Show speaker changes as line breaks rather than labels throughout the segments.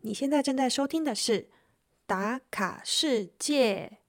你现在正在收听的是打卡世界。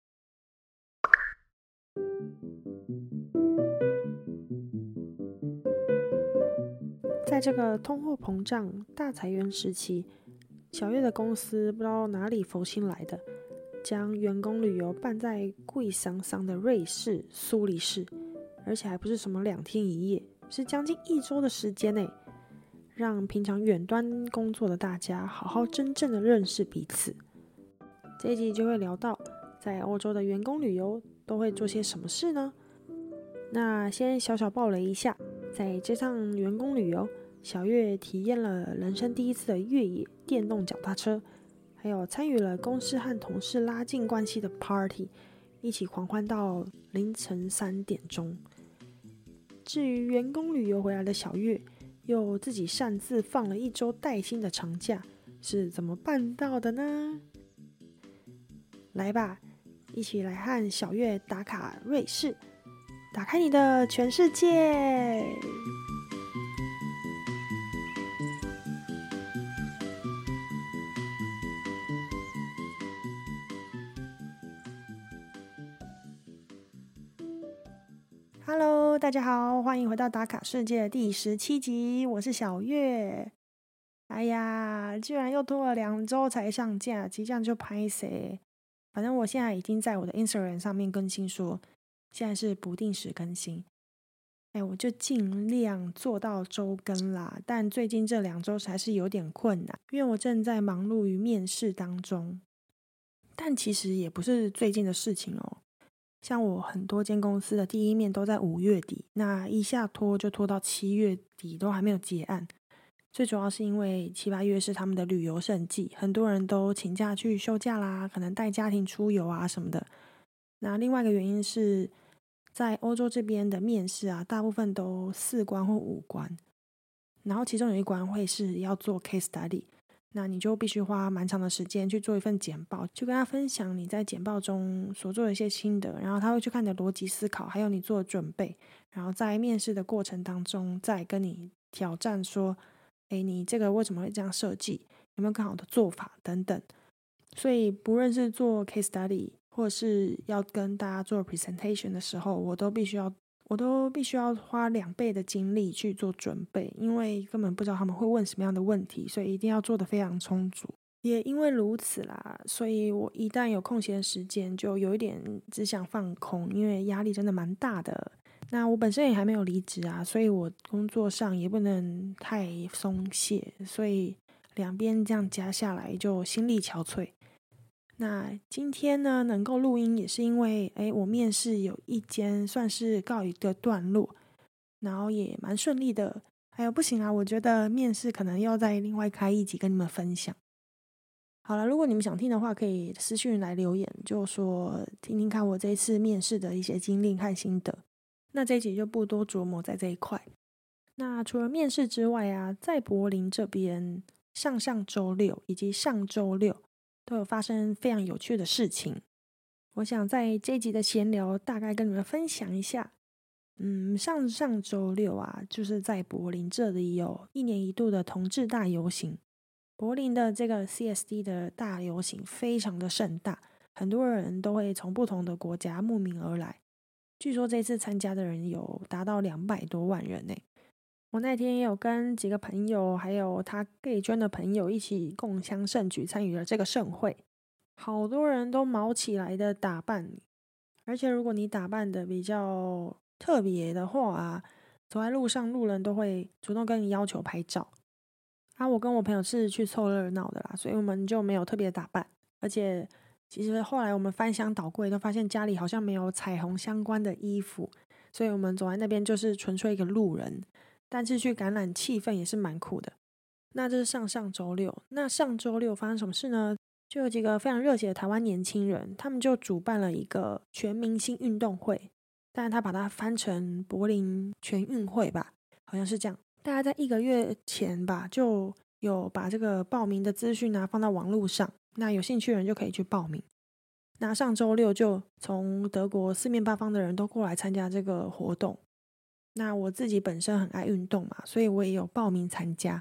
在这个通货膨胀、大裁员时期，小月的公司不知道哪里佛心来的，将员工旅游办在贵桑桑的瑞士苏黎世，而且还不是什么2天1夜，是将近1周的时间内，让平常远端工作的大家好好真正的认识彼此。这一集就会聊到，在欧洲的员工旅游都会做些什么事呢？那先小小爆雷一下，在这趟员工旅游，小月体验了人生第一次的越野电动脚踏车，还有参与了公司和同事拉近关系的 party， 一起狂欢到凌晨3点钟。至于员工旅游回来的小月，又自己擅自放了1周带薪的长假，是怎么办到的呢？来吧，一起来和小月打卡瑞士，打开你的全世界。Hello， 大家好，欢迎回到打卡世界第17集，我是小月。哎呀，居然又拖了2周才上架，即将就拍谁？反正我现在已经在我的 Instagram 上面更新说，现在是不定时更新。我就尽量做到周更啦，但最近这2周还是有点困难，因为我正在忙碌于面试当中。但其实也不是最近的事情哦，像我很多间公司的第一面都在5月底，那一下拖就拖到7月底都还没有结案。最主要是因为7、8月是他们的旅游盛季，很多人都请假去休假啦，可能带家庭出游啊什么的。那另外一个原因是在欧洲这边的面试啊，大部分都4关或5关，然后其中有一关会是要做 case study， 那你就必须花蛮长的时间去做一份简报，就跟他分享你在简报中所做的一些心得，然后他会去看你的逻辑思考，还有你做的准备，然后在面试的过程当中再跟你挑战说，你这个为什么会这样设计？有没有更好的做法等等？所以不论是做 case study， 或者是要跟大家做 presentation 的时候，我都必须要花2倍的精力去做准备，因为根本不知道他们会问什么样的问题，所以一定要做得非常充足。也因为如此啦，所以我一旦有空闲时间，就有一点只想放空，因为压力真的蛮大的。那我本身也还没有离职啊，所以我工作上也不能太松懈，所以2边这样加下来就心力憔悴。那今天呢能够录音也是因为我面试有一间算是告一个段落，然后也蛮顺利的。不行啊，我觉得面试可能要再另外开一集跟你们分享。好了，如果你们想听的话，可以私讯来留言，就说听听看我这一次面试的一些经历和心得。那这一集就不多琢磨在这一块。那除了面试之外啊，在柏林这边上周六以及上周六都有发生非常有趣的事情。我想在这一集的闲聊大概跟你们分享一下。上周六啊，就是在柏林这里有1年1度的同志大游行。柏林的这个 CSD 的大游行非常的盛大，很多人都会从不同的国家慕名而来。据说这次参加的人有达到200多万人呢。我那天也有跟几个朋友，还有他 gay 圈的朋友一起共襄盛举，参与了这个盛会。好多人都毛起来的打扮，而且如果你打扮的比较特别的话啊，走在路上路人都会主动跟你要求拍照。我跟我朋友是去凑热闹的啦，所以我们就没有特别打扮。而且其实后来我们翻箱倒柜都发现家里好像没有彩虹相关的衣服，所以我们走在那边就是纯粹一个路人，但是去感染气氛也是蛮酷的。那这是上周六，那上周六发生什么事呢？就有几个非常热血的台湾年轻人，他们就主办了一个全明星运动会，但他把它翻成柏林全运会吧，好像是这样。大概在1个月前吧，就有把这个报名的资讯放到网络上，那有兴趣的人就可以去报名。那上周六就从德国4面8方的人都过来参加这个活动。那我自己本身很爱运动嘛，所以我也有报名参加。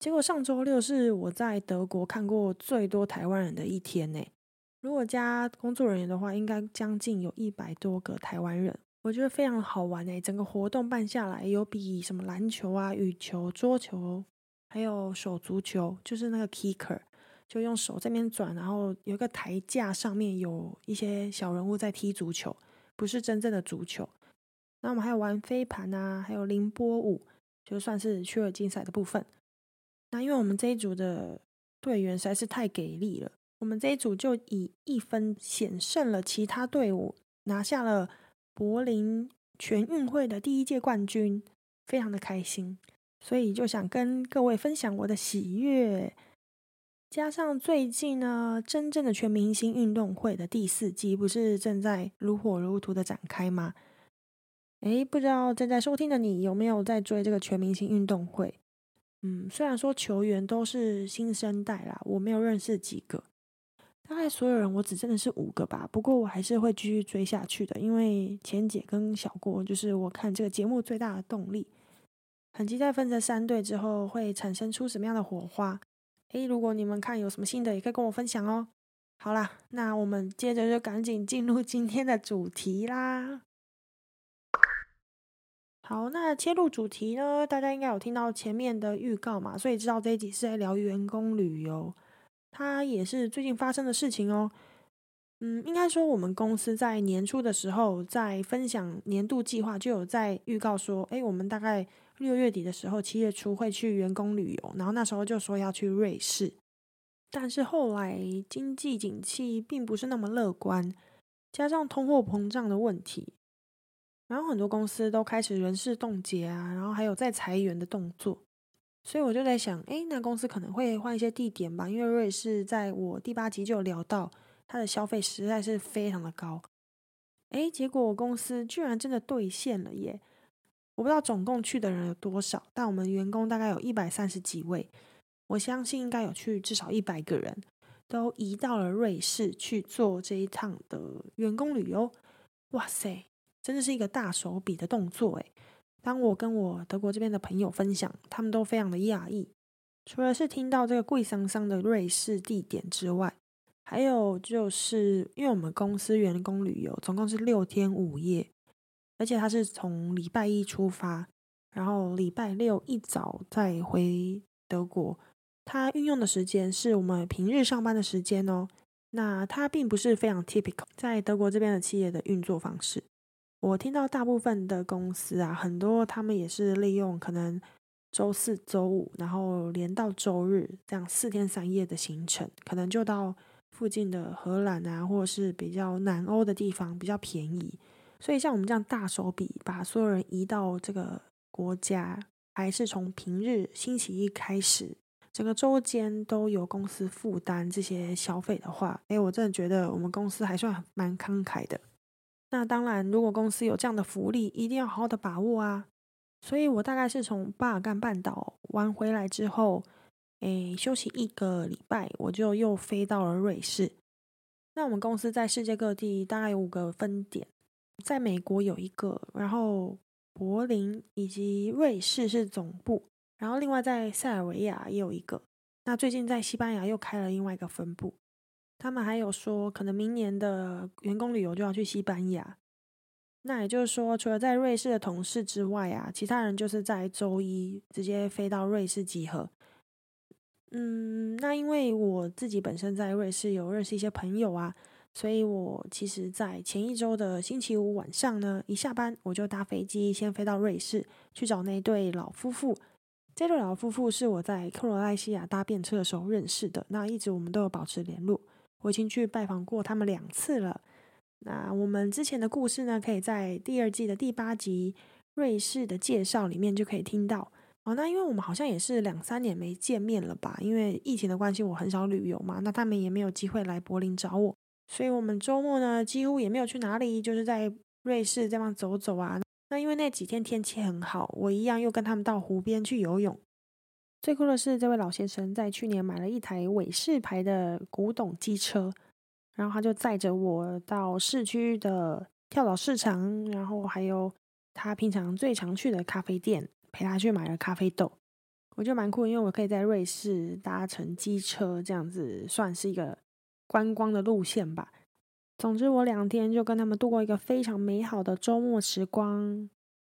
结果上周六是我在德国看过最多台湾人的一天呢。如果加工作人员的话，应该将近有100多个台湾人。我觉得非常好玩诶，整个活动办下来，有比什么篮球啊、羽球、桌球，还有手足球，就是那个 kicker，就用手这边转，然后有一个台架，上面有一些小人物在踢足球，不是真正的足球。那我们还有玩飞盘啊，还有凌波舞，就算是趣味竞赛的部分。那因为我们这一组的队员实在是太给力了，我们这一组就以1分险胜了其他队伍，拿下了柏林全运会的第1届冠军，非常的开心。所以就想跟各位分享我的喜悦。加上最近呢，真正的全明星运动会的第4季不是正在如火如荼的展开吗？不知道正在收听的你有没有在追这个全明星运动会？虽然说球员都是新生代啦，我没有认识几个，大概所有人我只真的是5个吧。不过我还是会继续追下去的，因为钱姐跟小郭就是我看这个节目最大的动力。很期待分成3队之后会产生出什么样的火花。如果你们看有什么新的，也可以跟我分享哦。好啦，那我们接着就赶紧进入今天的主题啦。好，那切入主题呢，大家应该有听到前面的预告嘛，所以知道这一集是在聊员工旅游，它也是最近发生的事情哦。应该说我们公司在年初的时候，在分享年度计划，就有在预告说，我们大概6月底的时候，7月初会去员工旅游，然后那时候就说要去瑞士，但是后来经济景气并不是那么乐观，加上通货膨胀的问题，然后很多公司都开始人事冻结啊，然后还有在裁员的动作，所以我就在想，那公司可能会换一些地点吧，因为瑞士在我第8集就有聊到，它的消费实在是非常的高。结果我公司居然真的兑现了耶！我不知道总共去的人有多少，但我们员工大概有130几位，我相信应该有去至少100个人，都移到了瑞士去做这一趟的员工旅游。哇塞，真的是一个大手笔的动作诶。当我跟我德国这边的朋友分享，他们都非常的讶异。除了是听到这个贵桑桑的瑞士地点之外，还有就是因为我们公司员工旅游总共是6天5夜，而且他是从礼拜一出发，然后礼拜六一早再回德国。他运用的时间是我们平日上班的时间哦。那它并不是非常 typical 在德国这边的企业的运作方式。我听到大部分的公司啊，很多他们也是利用可能周四周五，然后连到周日，这样4天3夜的行程，可能就到附近的荷兰啊，或者是比较南欧的地方，比较便宜。所以像我们这样大手笔把所有人移到这个国家，还是从平日星期一开始，整个周间都由公司负担这些消费的话，我真的觉得我们公司还算蛮慷慨的。那当然，如果公司有这样的福利，一定要好好的把握啊。所以我大概是从巴尔干半岛玩回来之后，休息1个礼拜，我就又飞到了瑞士。那我们公司在世界各地大概有5个分点，在美国有1个，然后柏林以及瑞士是总部，然后另外在塞尔维亚也有1个。那最近在西班牙又开了另外一个分部。他们还有说，可能明年的员工旅游就要去西班牙。那也就是说，除了在瑞士的同事之外啊，其他人就是在周一直接飞到瑞士集合。那因为我自己本身在瑞士有认识一些朋友啊，所以我其实在前一周的星期五晚上呢，一下班我就搭飞机先飞到瑞士去找那对老夫妇。这对老夫妇是我在克罗埃西亚搭便车的时候认识的，那一直我们都有保持联络。我已经去拜访过他们2次了。那我们之前的故事呢，可以在第2季的第8集瑞士的介绍里面就可以听到。那因为我们好像也是2-3年没见面了吧，因为疫情的关系，我很少旅游嘛，那他们也没有机会来柏林找我，所以我们周末呢几乎也没有去哪里，就是在瑞士这样走走啊。那因为那几天天气很好，我一样又跟他们到湖边去游泳。最酷的是，这位老先生在去年买了一台伟士牌的古董机车，然后他就载着我到市区的跳蚤市场，然后还有他平常最常去的咖啡店，陪他去买了咖啡豆。 我觉得蛮酷，因为我可以在瑞士搭乘机车，这样子算是一个观光的路线吧。总之，我2天就跟他们度过一个非常美好的周末时光。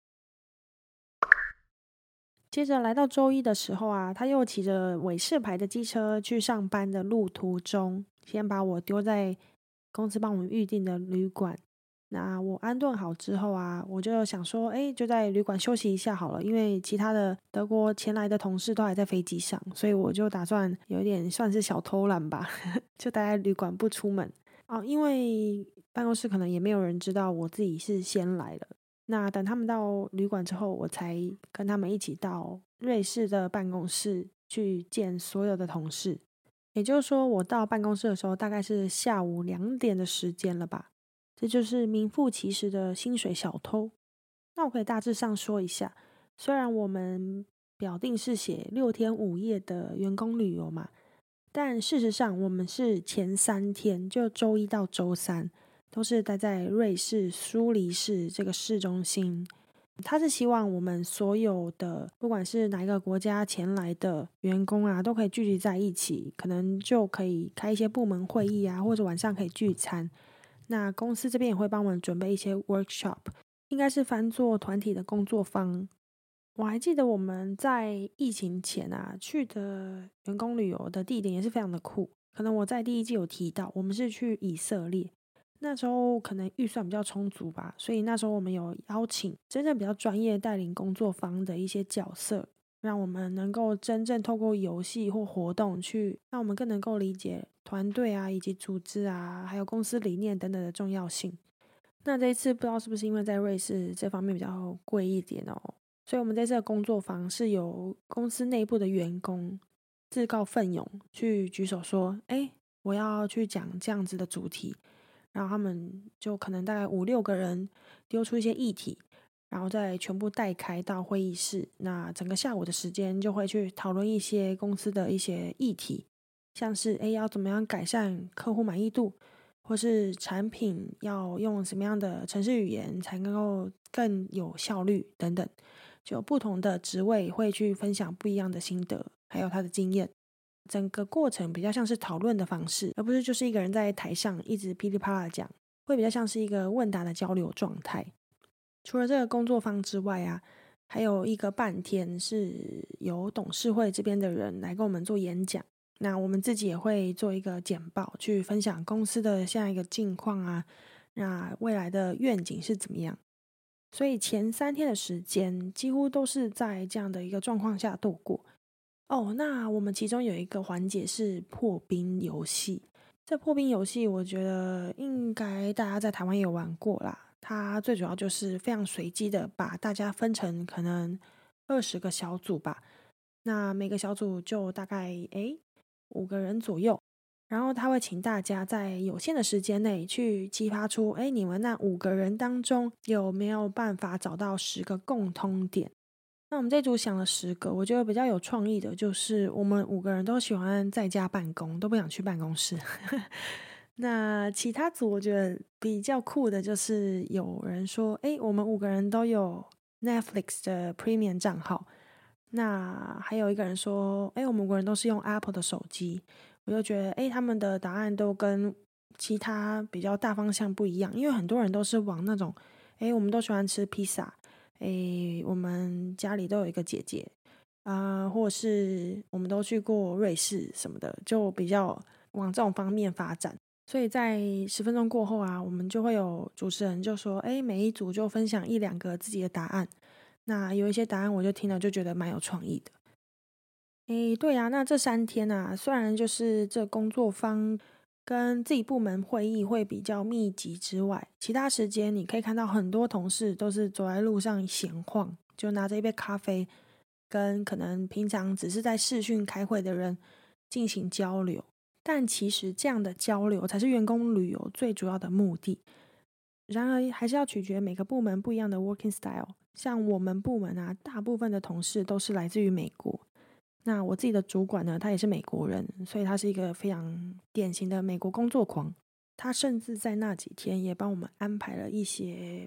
接着来到周一的时候啊，他又骑着伟士牌的机车去上班的路途中，先把我丢在公司帮我们预定的旅馆。那我安顿好之后啊，我就想说，就在旅馆休息一下好了，因为其他的德国前来的同事都还在飞机上，所以我就打算有一点算是小偷懒吧，就待在旅馆不出门啊，因为办公室可能也没有人知道我自己是先来的。那等他们到旅馆之后，我才跟他们一起到瑞士的办公室去见所有的同事。也就是说，我到办公室的时候大概是下午2点的时间了吧。这就是名副其实的薪水小偷。那我可以大致上说一下，虽然我们表定是写6天5夜的员工旅游嘛，但事实上我们是前3天，就周一到周三，都是待在瑞士苏黎世这个市中心。他是希望我们所有的，不管是哪一个国家前来的员工啊，都可以聚集在一起，可能就可以开一些部门会议啊，或者晚上可以聚餐。那公司这边也会帮我们准备一些 workshop，应该是翻作团体的工作坊。我还记得我们在疫情前啊去的员工旅游的地点也是非常的酷，可能我在第一季有提到，我们是去以色列，那时候可能预算比较充足吧，所以那时候我们有邀请真正比较专业带领工作坊的一些角色，让我们能够真正透过游戏或活动去让我们更能够理解团队啊以及组织啊还有公司理念等等的重要性。那这一次不知道是不是因为在瑞士这方面比较贵一点哦，所以我们这次的工作坊是由公司内部的员工自告奋勇去举手说，我要去讲这样子的主题，然后他们就可能大概5、6个人丢出一些议题，然后再全部带开到会议室。那整个下午的时间就会去讨论一些公司的一些议题，像是要怎么样改善客户满意度，或是产品要用什么样的程式语言才能够更有效率等等。就不同的职位会去分享不一样的心得，还有他的经验。整个过程比较像是讨论的方式，而不是就是一个人在台上一直噼里啪啦讲，会比较像是一个问答的交流状态。除了这个工作坊之外啊，还有1个半天是由董事会这边的人来跟我们做演讲。那我们自己也会做一个简报，去分享公司的现在一个近况啊，那未来的愿景是怎么样。所以前3天的时间几乎都是在这样的一个状况下度过。那我们其中有一个环节是破冰游戏。这破冰游戏我觉得应该大家在台湾也有玩过啦。它最主要就是非常随机的把大家分成可能20个小组吧。那每个小组就大概5个人左右，然后他会请大家在有限的时间内去激发出，你们那5个人当中有没有办法找到10个共通点？那我们这组想了10个，我觉得比较有创意的就是我们5个人都喜欢在家办公，都不想去办公室。那其他组我觉得比较酷的就是有人说，我们5个人都有 Netflix 的 Premium 账号。那还有一个人说，我们5个人都是用 Apple 的手机。我就觉得，他们的答案都跟其他比较大方向不一样，因为很多人都是往那种，我们都喜欢吃披萨，我们家里都有一个姐姐啊，或者是我们都去过瑞士什么的，就比较往这种方面发展。所以在10分钟过后啊，我们就会有主持人就说，每一组就分享1、2个自己的答案。那有一些答案我就听了就觉得蛮有创意的。对啊，那这3天啊，虽然就是这工作坊跟自己部门会议会比较密集之外，其他时间你可以看到很多同事都是走在路上闲晃，就拿着一杯咖啡，跟可能平常只是在视讯开会的人进行交流。但其实这样的交流才是员工旅游最主要的目的。然而，还是要取决每个部门不一样的 working style。像我们部门啊，大部分的同事都是来自于美国。那我自己的主管呢，他也是美国人，所以他是一个非常典型的美国工作狂。他甚至在那几天也帮我们安排了一些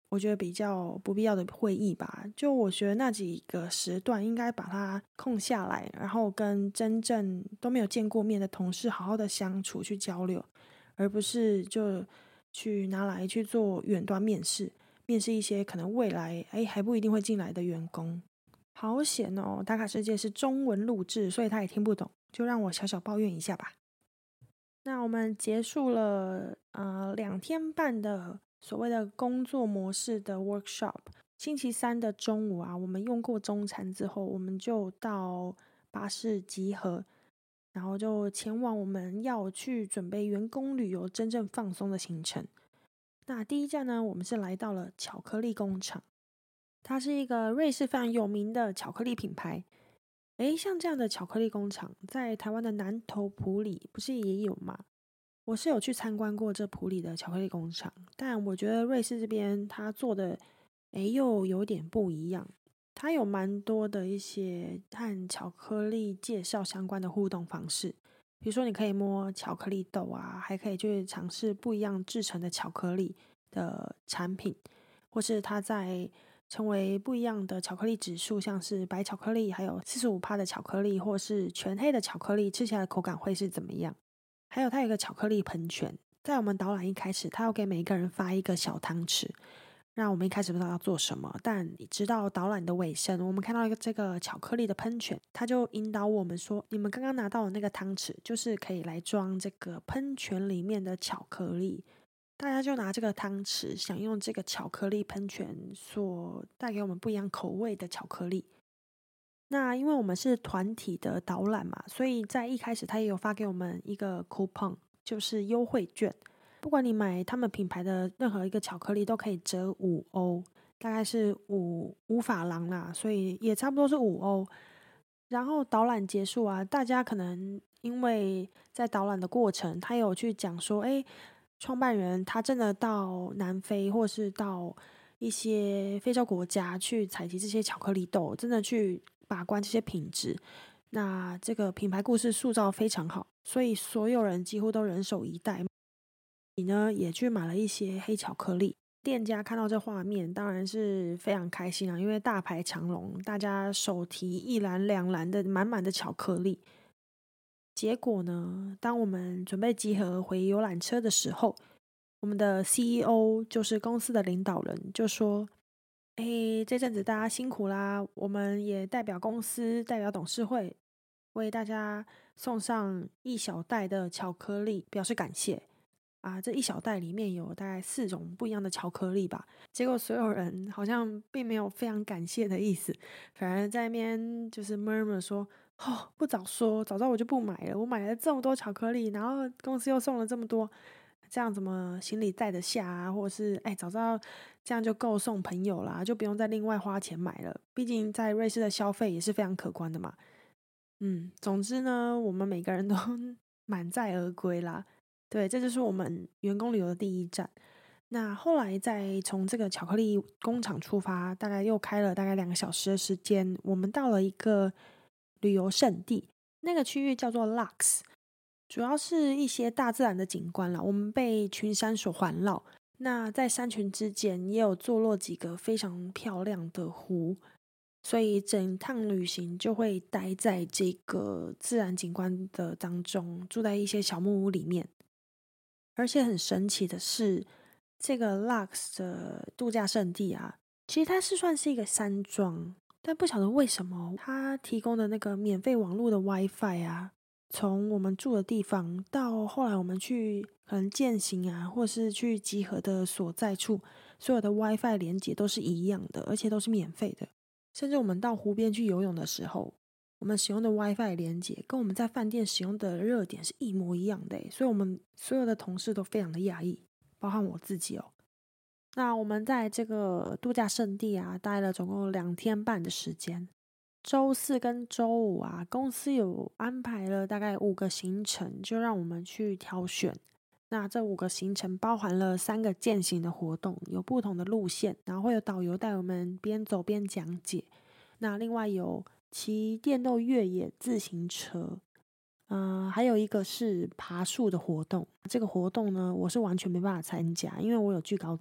我觉得比较不必要的会议吧。就我觉得那几个时段应该把它空下来，然后跟真正都没有见过面的同事好好的相处去交流，而不是就去拿来去做远端面试，面试一些可能未来还不一定会进来的员工。好险哦，打卡世界是中文录制，所以他也听不懂，就让我小小抱怨一下吧。那我们结束了2天半的所谓的工作模式的 workshop。星期三的中午啊，我们用过中餐之后，我们就到巴士集合，然后就前往我们要去准备员工旅游真正放松的行程。那第一站呢，我们是来到了巧克力工厂，它是一个瑞士非常有名的巧克力品牌。像这样的巧克力工厂，在台湾的南投埔里不是也有吗？我是有去参观过这埔里的巧克力工厂，但我觉得瑞士这边它做的，又有点不一样。它有蛮多的一些和巧克力介绍相关的互动方式，比如说你可以摸巧克力豆啊，还可以去尝试不一样制成的巧克力的产品，或是它在成为不一样的巧克力指数，像是白巧克力，还有45%的巧克力，或是全黑的巧克力，吃起来的口感会是怎么样？还有它有一个巧克力喷泉，在我们导览一开始，他要给每一个人发一个小汤匙，让我们一开始不知道要做什么，但直到导览的尾声，我们看到这个巧克力的喷泉，他就引导我们说，你们刚刚拿到的那个汤匙，就是可以来装这个喷泉里面的巧克力。大家就拿这个汤匙享用这个巧克力喷泉所带给我们不一样口味的巧克力。那因为我们是团体的导览嘛，所以在一开始他也有发给我们一个 coupon，就是优惠券。不管你买他们品牌的任何一个巧克力，都可以折5欧，大概是5法郎啦，所以也差不多是5欧。然后导览结束啊，大家可能因为在导览的过程，他有去讲说，创办人他真的到南非或是到一些非洲国家去采集这些巧克力豆，真的去把关这些品质。那这个品牌故事塑造非常好，所以所有人几乎都人手一袋。你呢也去买了一些黑巧克力。店家看到这画面，当然是非常开心啊，因为大排长龙，大家手提一篮两篮的满满的巧克力。结果呢，当我们准备集合回游览车的时候，我们的 CEO 就是公司的领导人就说：这阵子大家辛苦啦，我们也代表公司、代表董事会为大家送上一小袋的巧克力，表示感谢。这一小袋里面有大概4种不一样的巧克力吧。结果所有人好像并没有非常感谢的意思，反而在那边就是 murmur 说：不早说，早知道我就不买了。我买了这么多巧克力，然后公司又送了这么多，这样怎么行李载得下啊？或者是早知道这样就够送朋友啦，就不用再另外花钱买了。毕竟在瑞士的消费也是非常可观的嘛。总之呢，我们每个人都满载而归啦。对，这就是我们员工旅游的第一站。那后来再从这个巧克力工厂出发，大概又开了大概2个小时的时间，我们到了一个旅游胜地，那个区域叫做 Lux，主要是一些大自然的景观啦。我们被群山所环绕，那在山群之间也有坐落几个非常漂亮的湖，所以整趟旅行就会待在这个自然景观的当中，住在一些小木屋里面。而且很神奇的是，这个 Lux 的度假胜地啊，其实它是算是一个山庄，但不晓得为什么它提供的那个免费网络的 WiFi 啊，从我们住的地方到后来我们去可能践行啊，或是去集合的所在处，所有的 WiFi 连接都是一样的，而且都是免费的。甚至我们到湖边去游泳的时候，我们使用的 WiFi 连接跟我们在饭店使用的热点是一模一样的所以我们所有的同事都非常的讶异，包含我自己哦。那我们在这个度假胜地啊，待了总共2天半的时间。周四跟周五啊，公司有安排了大概5个行程，就让我们去挑选。那这5个行程包含了3个健行的活动，有不同的路线，然后会有导游带我们边走边讲解。那另外有骑电动越野自行车，还有一个是爬树的活动。这个活动呢，我是完全没办法参加，因为我有惧高症，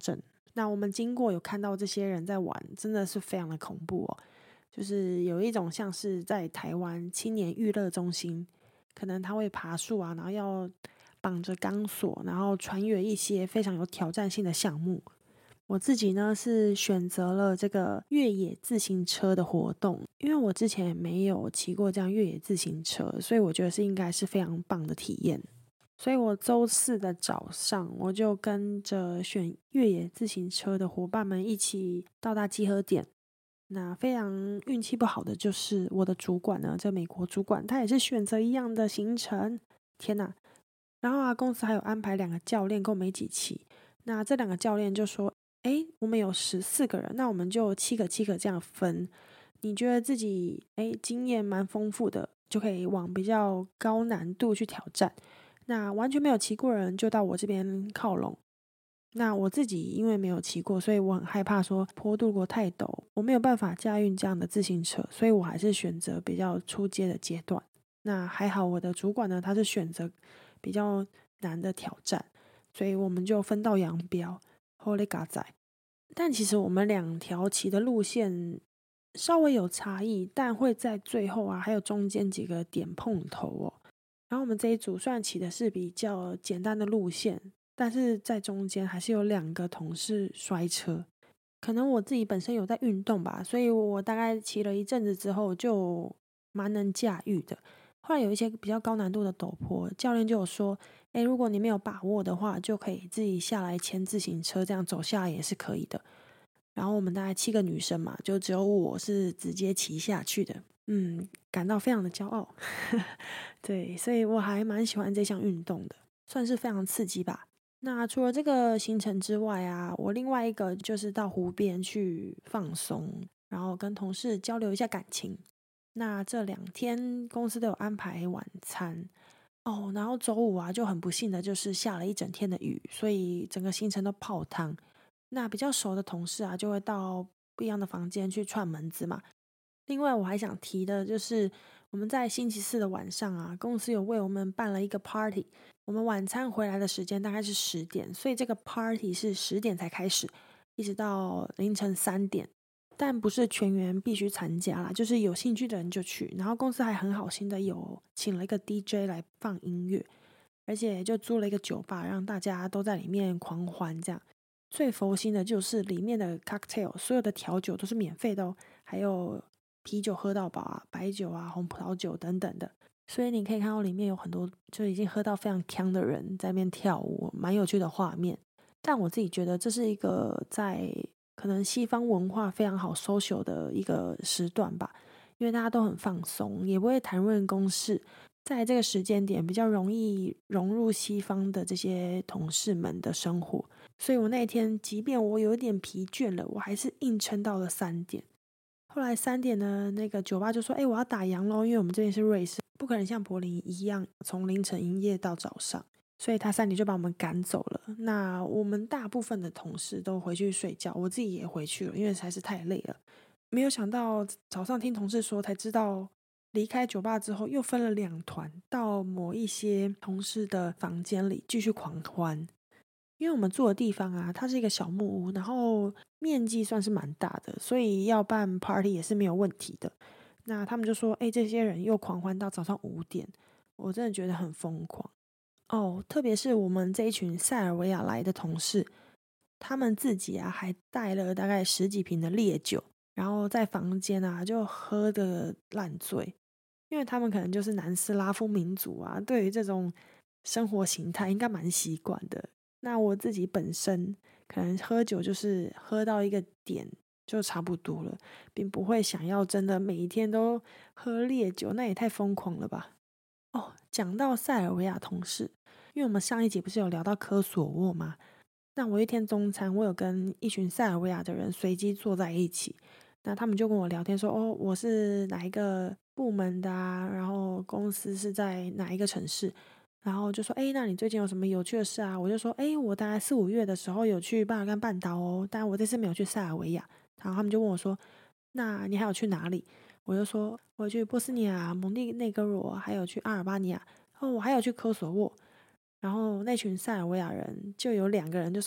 那我们经过有看到这些人在玩，真的是非常的恐怖哦。就是有一种像是在台湾青年娱乐中心，可能他会爬树啊，然后要绑着钢索，然后穿越一些非常有挑战性的项目。我自己呢是选择了这个越野自行车的活动，因为我之前也没有骑过这样越野自行车，所以我觉得应该是非常棒的体验。所以我周四的早上，我就跟着选越野自行车的伙伴们一起到达集合点。那非常运气不好的就是我的主管呢，这美国主管他也是选择一样的行程。天呐！然后啊，公司还有安排2个教练跟我们一起骑。那这2个教练就说：“诶，我们有14个人，那我们就7个这样分。你觉得自己经验蛮丰富的，就可以往比较高难度去挑战。那完全没有骑过的人就到我这边靠拢。那我自己因为没有骑过，所以我很害怕说坡度如果太陡，我没有办法驾驭这样的自行车，所以我还是选择比较初阶的阶段。那还好，我的主管呢，他是选择比较难的挑战，所以我们就分道扬镳。Holy God 仔！但其实我们2条骑的路线稍微有差异，但会在最后啊，还有中间几个点碰头哦。然后我们这一组虽然骑的是比较简单的路线，但是在中间还是有2个同事摔车。可能我自己本身有在运动吧，所以我大概骑了一阵子之后就蛮能驾驭的。后来有一些比较高难度的陡坡，教练就有说，如果你没有把握的话，就可以自己下来牵自行车，这样走下来也是可以的。然后我们大概7个女生嘛，就只有我是直接骑下去的，感到非常的骄傲。对，所以我还蛮喜欢这项运动的，算是非常刺激吧。那除了这个行程之外啊，我另外一个就是到湖边去放松，然后跟同事交流一下感情。那这2天公司都有安排晚餐哦，然后周五啊就很不幸的就是下了一整天的雨，所以整个行程都泡汤。那比较熟的同事啊，就会到不一样的房间去串门子嘛。另外，我还想提的就是，我们在星期四的晚上啊，公司有为我们办了一个 party。我们晚餐回来的时间大概是10点，所以这个 party 是10点才开始，一直到凌晨3点。但不是全员必须参加啦，就是有兴趣的人就去。然后公司还很好心的有请了一个 DJ 来放音乐，而且就租了一个酒吧，让大家都在里面狂欢这样。最佛心的就是里面的 cocktail，所有的调酒都是免费的哦，还有啤酒喝到饱啊，白酒啊，红葡萄酒等等的。所以你可以看到里面有很多就已经喝到非常呛的人在那边跳舞，蛮有趣的画面。但我自己觉得这是一个在可能西方文化非常好 social 的一个时段吧，因为大家都很放松，也不会谈论公事，在这个时间点比较容易融入西方的这些同事们的生活。所以我那天即便我有点疲倦了，我还是硬撑到了3点。后来3点呢，那个酒吧就说：“我要打烊咯，因为我们这边是瑞士，不可能像柏林一样从凌晨营业到早上。”所以他3点就把我们赶走了。那我们大部分的同事都回去睡觉，我自己也回去了，因为实在是太累了。没有想到早上听同事说才知道，离开酒吧之后又分了2团到某一些同事的房间里继续狂欢。因为我们住的地方啊，它是一个小木屋，然后面积算是蛮大的，所以要办 party 也是没有问题的。那他们就说：“这些人又狂欢到早上5点。”我真的觉得很疯狂哦。特别是我们这一群塞尔维亚来的同事，他们自己啊还带了大概10几瓶的烈酒，然后在房间啊就喝的烂醉。因为他们可能就是南斯拉夫民族啊，对于这种生活形态应该蛮习惯的。那我自己本身可能喝酒就是喝到一个点就差不多了，并不会想要真的每一天都喝烈酒，那也太疯狂了吧。哦，讲到塞尔维亚同事，因为我们上一集不是有聊到科索沃吗？那我一天中餐，我有跟一群塞尔维亚的人随机坐在一起，那他们就跟我聊天说：“哦，我是哪一个部门的啊？然后公司是在哪一个城市？”然后就说：那你最近有什么有趣的事啊？”我就说：我大概4、5月的时候有去巴尔干半岛哦，但我这次没有去塞尔维亚。”然后他们就问我说：“那你还有去哪里？”我就说：“我去波斯尼亚、蒙蒂内哥罗，还有去阿尔巴尼亚，哦，我还有去科索沃。”然后那群塞尔维亚人就有2个人就说：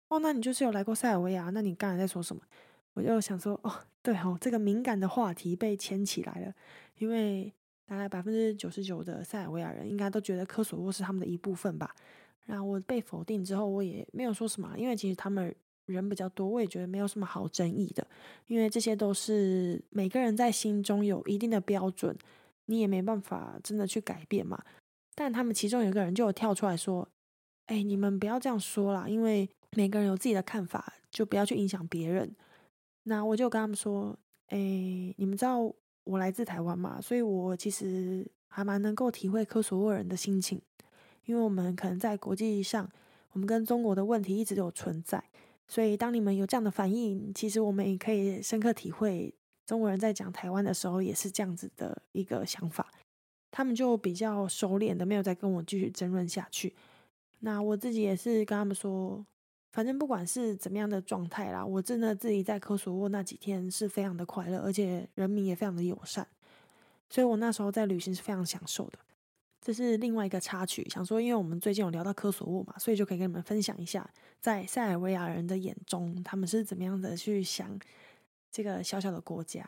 哦，那你就是有来过塞尔维亚，那你刚才在说什么？我就想说，哦，对哦，这个敏感的话题被牵起来了，因为大概99%的塞尔维亚人应该都觉得科索沃是他们的一部分吧。然后我被否定之后，我也没有说什么啊，因为其实他们人比较多，我也觉得没有什么好争议的，因为这些都是每个人在心中有一定的标准，你也没办法真的去改变嘛。但他们其中有一个人就有跳出来说：“哎，你们不要这样说啦，因为每个人有自己的看法，就不要去影响别人。”那我就跟他们说：“哎，你们知道我来自台湾嘛，所以我其实还蛮能够体会科索沃人的心情，因为我们可能在国际上，我们跟中国的问题一直都有存在，所以当你们有这样的反应，其实我们也可以深刻体会中国人在讲台湾的时候也是这样子的一个想法。”他们就比较收敛的，没有再跟我继续争论下去。那我自己也是跟他们说，反正不管是怎么样的状态啦，我真的自己在科索沃那几天是非常的快乐，而且人民也非常的友善，所以我那时候在旅行是非常享受的。这是另外一个插曲，想说，因为我们最近有聊到科索沃嘛，所以就可以跟你们分享一下，在塞尔维亚人的眼中，他们是怎么样的去想这个小小的国家。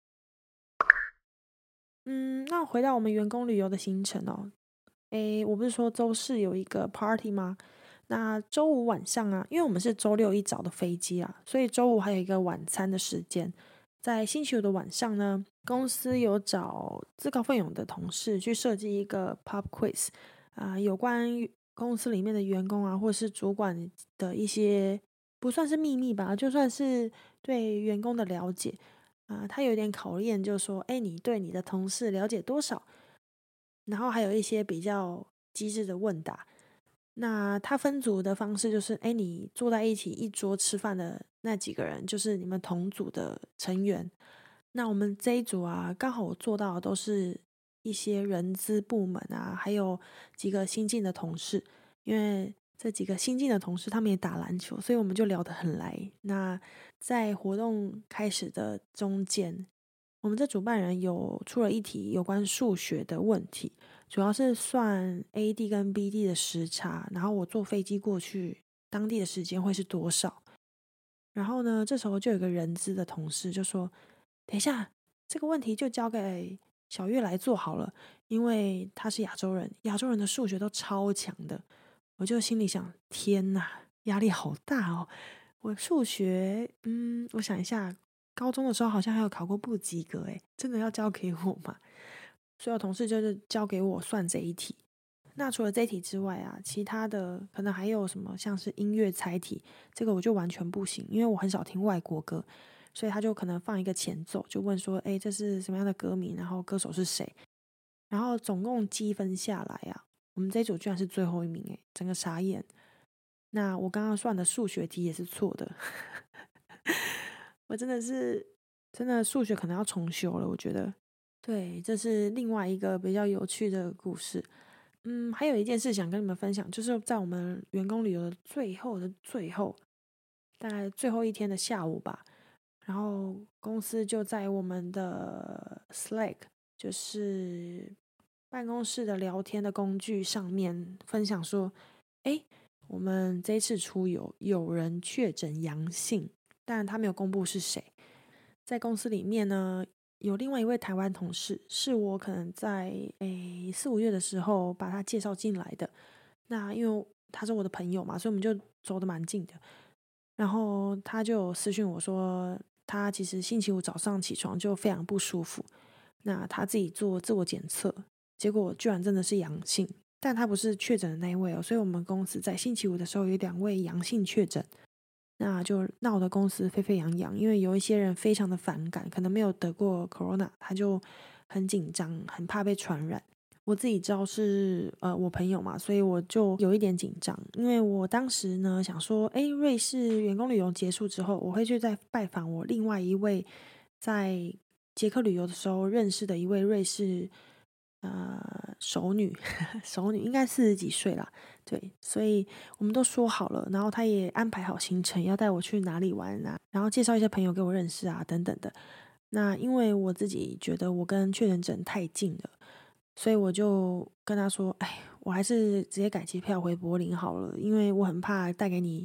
那回到我们员工旅游的行程哦，我不是说周四有一个 party 吗？那周五晚上啊，因为我们是周六一早的飞机啊，所以周五还有一个晚餐的时间。在星期五的晚上呢，公司有找自告奋勇的同事去设计一个 pub quiz 有关于公司里面的员工啊，或是主管的一些不算是秘密吧，就算是对员工的了解他有点考验，就是说，哎，你对你的同事了解多少？然后还有一些比较机智的问答。那他分组的方式就是，哎，你坐在一起一桌吃饭的那几个人，就是你们同组的成员。那我们这一组啊，刚好我做到的都是一些人资部门啊，还有几个新进的同事。因为这几个新进的同事，他们也打篮球，所以我们就聊得很来。那在活动开始的中间，我们这主办人有出了一题有关数学的问题，主要是算 AD 跟 BD 的时差，然后我坐飞机过去，当地的时间会是多少？然后呢，这时候就有个人资的同事就说：“等一下，这个问题就交给小月来做好了，因为他是亚洲人，亚洲人的数学都超强的。”我就心里想：天呐，压力好大哦！我数学，我想一下，高中的时候好像还有考过不及格，诶，真的要交给我吗？所有同事就是交给我算这一题。那除了这一题之外啊，其他的可能还有什么像是音乐猜题，这个我就完全不行，因为我很少听外国歌，所以他就可能放一个前奏，就问说，哎，这是什么样的歌名，然后歌手是谁，然后总共积分下来啊，我们这一组居然是最后一名，诶，整个傻眼。那我刚刚算的数学题也是错的，我真的数学可能要重修了，我觉得。对，这是另外一个比较有趣的故事。还有一件事想跟你们分享，就是在我们员工旅游的最后的最后，大概最后一天的下午吧，然后公司就在我们的 Slack，就是办公室的聊天的工具上面分享说，诶，我们这一次出游有人确诊阳性，但他没有公布是谁。在公司里面呢，有另外一位台湾同事，是我可能在4、5月的时候把他介绍进来的。那因为他是我的朋友嘛，所以我们就走得蛮近的。然后他就私讯我说，他其实星期五早上起床就非常不舒服，那他自己做自我检测，结果居然真的是阳性，但他不是确诊的那一位哦，所以我们公司在星期五的时候有2位阳性确诊。那就闹得公司沸沸扬扬，因为有一些人非常的反感，可能没有得过 corona，他就很紧张，很怕被传染。我自己知道是我朋友嘛，所以我就有一点紧张，因为我当时呢想说，瑞士员工旅游结束之后，我会去再拜访我另外一位在捷克旅游的时候认识的一位瑞士熟女，熟女应该40几岁啦，对，所以我们都说好了，然后他也安排好行程，要带我去哪里玩啊，然后介绍一些朋友给我认识啊，等等的。那因为我自己觉得我跟确诊者太近了，所以我就跟他说，哎，我还是直接改机票回柏林好了，因为我很怕带给你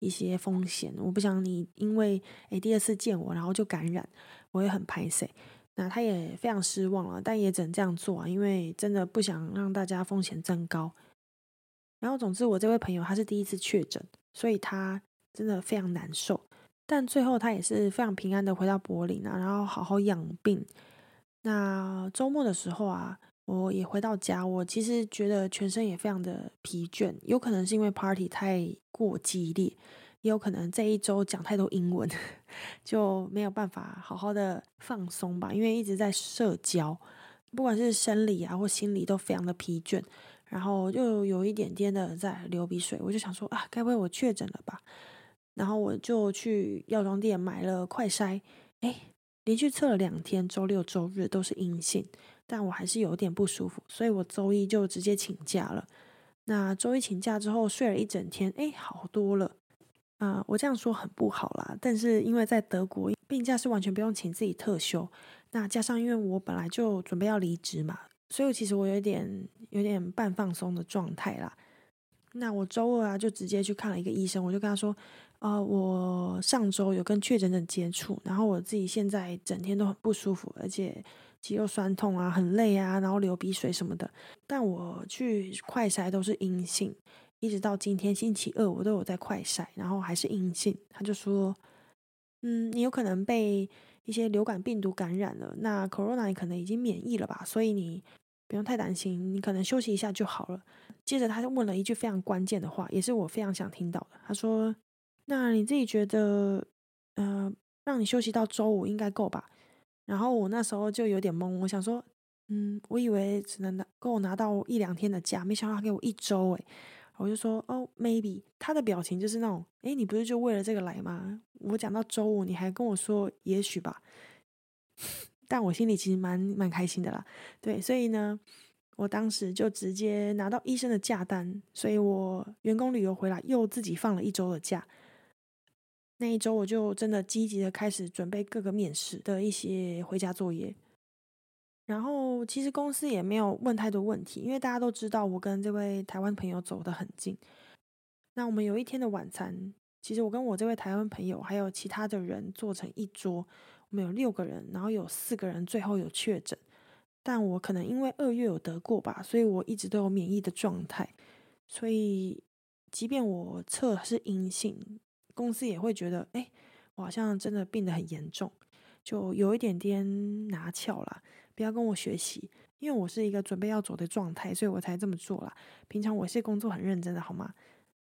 一些风险，我不想你因为第二次见我然后就感染，我也很拍谁。那他也非常失望了，但也只能这样做啊，因为真的不想让大家风险增高。然后总之我这位朋友他是第一次确诊，所以他真的非常难受，但最后他也是非常平安的回到柏林啊，然后好好养病。那周末的时候啊，我也回到家，我其实觉得全身也非常的疲倦，有可能是因为 party 太过激烈，也有可能这一周讲太多英文，就没有办法好好的放松吧，因为一直在社交，不管是生理啊或心理都非常的疲倦，然后又有一点点的在流鼻水，我就想说啊，该不会我确诊了吧？然后我就去药妆店买了快筛，连续测了2天，周六周日都是阴性，但我还是有点不舒服，所以我周一就直接请假了。那周一请假之后睡了一整天，好多了。我这样说很不好啦，但是因为在德国病假是完全不用请自己特休，那加上因为我本来就准备要离职嘛，所以其实我有点半放松的状态啦。那我周二啊，就直接去看了一个医生，我就跟他说，我上周有跟确诊者接触，然后我自己现在整天都很不舒服，而且肌肉酸痛啊，很累啊，然后流鼻水什么的。但我去快筛都是阴性，一直到今天星期二，我都有在快筛，然后还是阴性。他就说，你有可能被一些流感病毒感染了，那 corona 你可能已经免疫了吧，所以你不用太担心，你可能休息一下就好了。接着他就问了一句非常关键的话，也是我非常想听到的。他说：“那你自己觉得，呃，让你休息到周五应该够吧？”然后我那时候就有点懵，我想说，我以为只能够拿到1-2天的假，没想到他给我1周诶。我就说哦，maybe。他的表情就是那种，你不是就为了这个来吗？我讲到周五，你还跟我说也许吧。但我心里其实蛮开心的啦，对，所以呢，我当时就直接拿到医生的假单，所以我员工旅游回来又自己放了1周的假。那一周我就真的积极的开始准备各个面试的一些回家作业，然后其实公司也没有问太多问题，因为大家都知道我跟这位台湾朋友走得很近。那我们有一天的晚餐，其实我跟我这位台湾朋友还有其他的人坐成一桌，我们有6个人，然后有4个人最后有确诊。但我可能因为2月有得过吧，所以我一直都有免疫的状态，所以即便我测是阴性，公司也会觉得，我好像真的病得很严重，就有一点点拿翘啦，不要跟我学习，因为我是一个准备要走的状态，所以我才这么做啦。平常我是工作很认真的，好吗？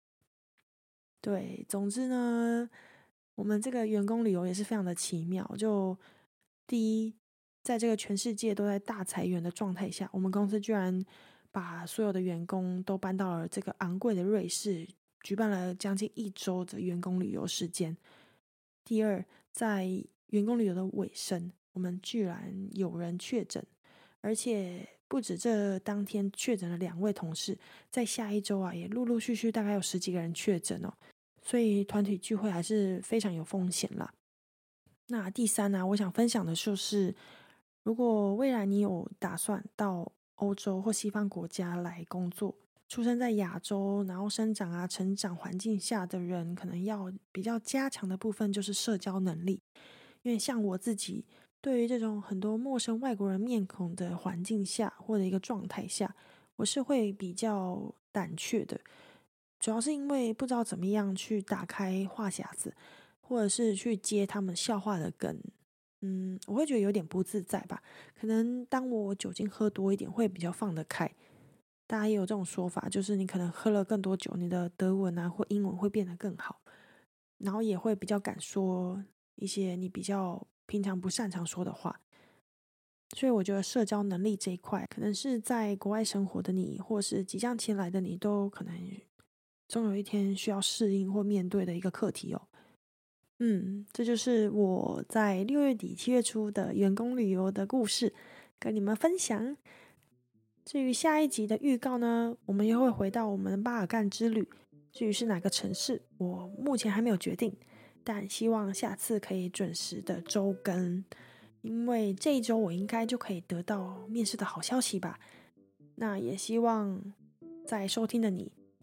对，总之呢，我们这个员工旅游也是非常的奇妙。就第一，在这个全世界都在大裁员的状态下，我们公司居然把所有的员工都搬到了这个昂贵的瑞士，举办了将近1周的员工旅游时间。第二，在员工旅游的尾声，我们居然有人确诊，而且不止这当天确诊了2位同事，在下一周啊，也陆陆续续大概有10几个人确诊哦。所以团体聚会还是非常有风险啦。那第三呢，我想分享的就是，如果未来你有打算到欧洲或西方国家来工作，出生在亚洲，然后生长啊、成长环境下的人，可能要比较加强的部分就是社交能力。因为像我自己，对于这种很多陌生外国人面孔的环境下或者一个状态下，我是会比较胆怯的。主要是因为不知道怎么样去打开话匣子，或者是去接他们笑话的梗，我会觉得有点不自在吧。可能当我酒精喝多一点，会比较放得开。大家也有这种说法，就是你可能喝了更多酒，你的德文啊或英文会变得更好，然后也会比较敢说一些你比较平常不擅长说的话。所以我觉得社交能力这一块，可能是在国外生活的你，或是即将前来的你，都可能总有一天需要适应或面对的一个课题哦。这就是我在6月底7月初的员工旅游的故事，跟你们分享。至于下一集的预告呢，我们又会回到我们的巴尔干之旅。至于是哪个城市，我目前还没有决定，但希望下次可以准时的周更，因为这一周我应该就可以得到面试的好消息吧。那也希望在收听的你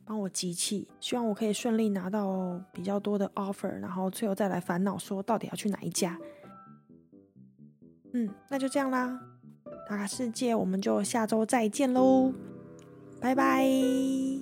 帮我集气，希望我可以顺利拿到比较多的 offer， 然后最后再来烦恼说到底要去哪一家。那就这样啦，大卡世界，我们就下周再见喽，拜拜。